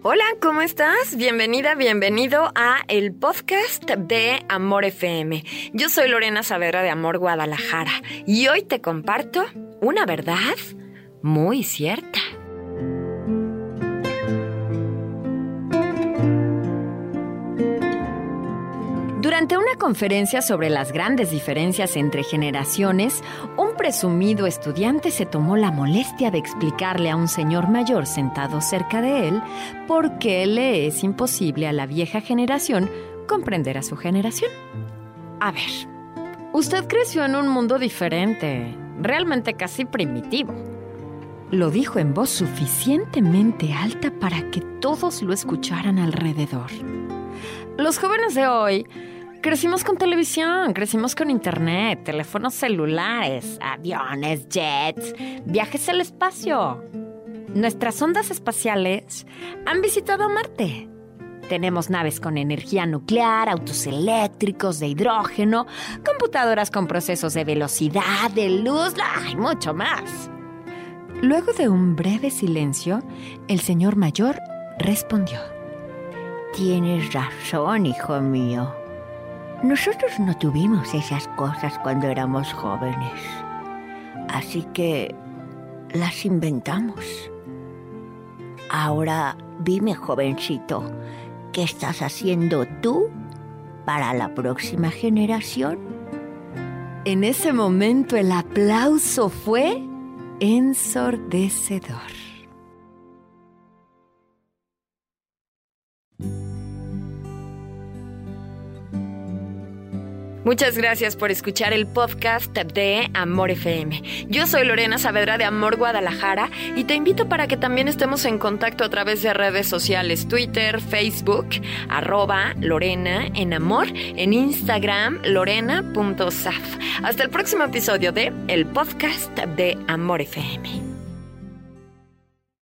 Hola, ¿cómo estás? Bienvenida, bienvenido a el podcast de Amor FM. Yo soy Lorena Saavedra de Amor Guadalajara y hoy te comparto una verdad muy cierta. Durante una conferencia sobre las grandes diferencias entre generaciones, un presumido estudiante se tomó la molestia de explicarle a un señor mayor sentado cerca de él por qué le es imposible a la vieja generación comprender a su generación. A ver, usted creció en un mundo diferente, realmente casi primitivo. Lo dijo en voz suficientemente alta para que todos lo escucharan alrededor. Los jóvenes de hoy crecimos con televisión, crecimos con internet, teléfonos celulares, aviones, jets, viajes al espacio. Nuestras ondas espaciales han visitado Marte. Tenemos naves con energía nuclear, autos eléctricos de hidrógeno, computadoras con procesos de velocidad, de luz, y mucho más. Luego de un breve silencio, el señor mayor respondió: Tienes razón, hijo mío. Nosotros no tuvimos esas cosas cuando éramos jóvenes, así que las inventamos. Ahora dime, jovencito, ¿qué estás haciendo tú para la próxima generación? En ese momento el aplauso fue ensordecedor. Muchas gracias por escuchar el podcast de Amor FM. Yo soy Lorena Saavedra de Amor Guadalajara y te invito para que también estemos en contacto a través de redes sociales, Twitter, Facebook, @Lorena en Amor, en Instagram, lorena.saf. Hasta el próximo episodio de el podcast de Amor FM.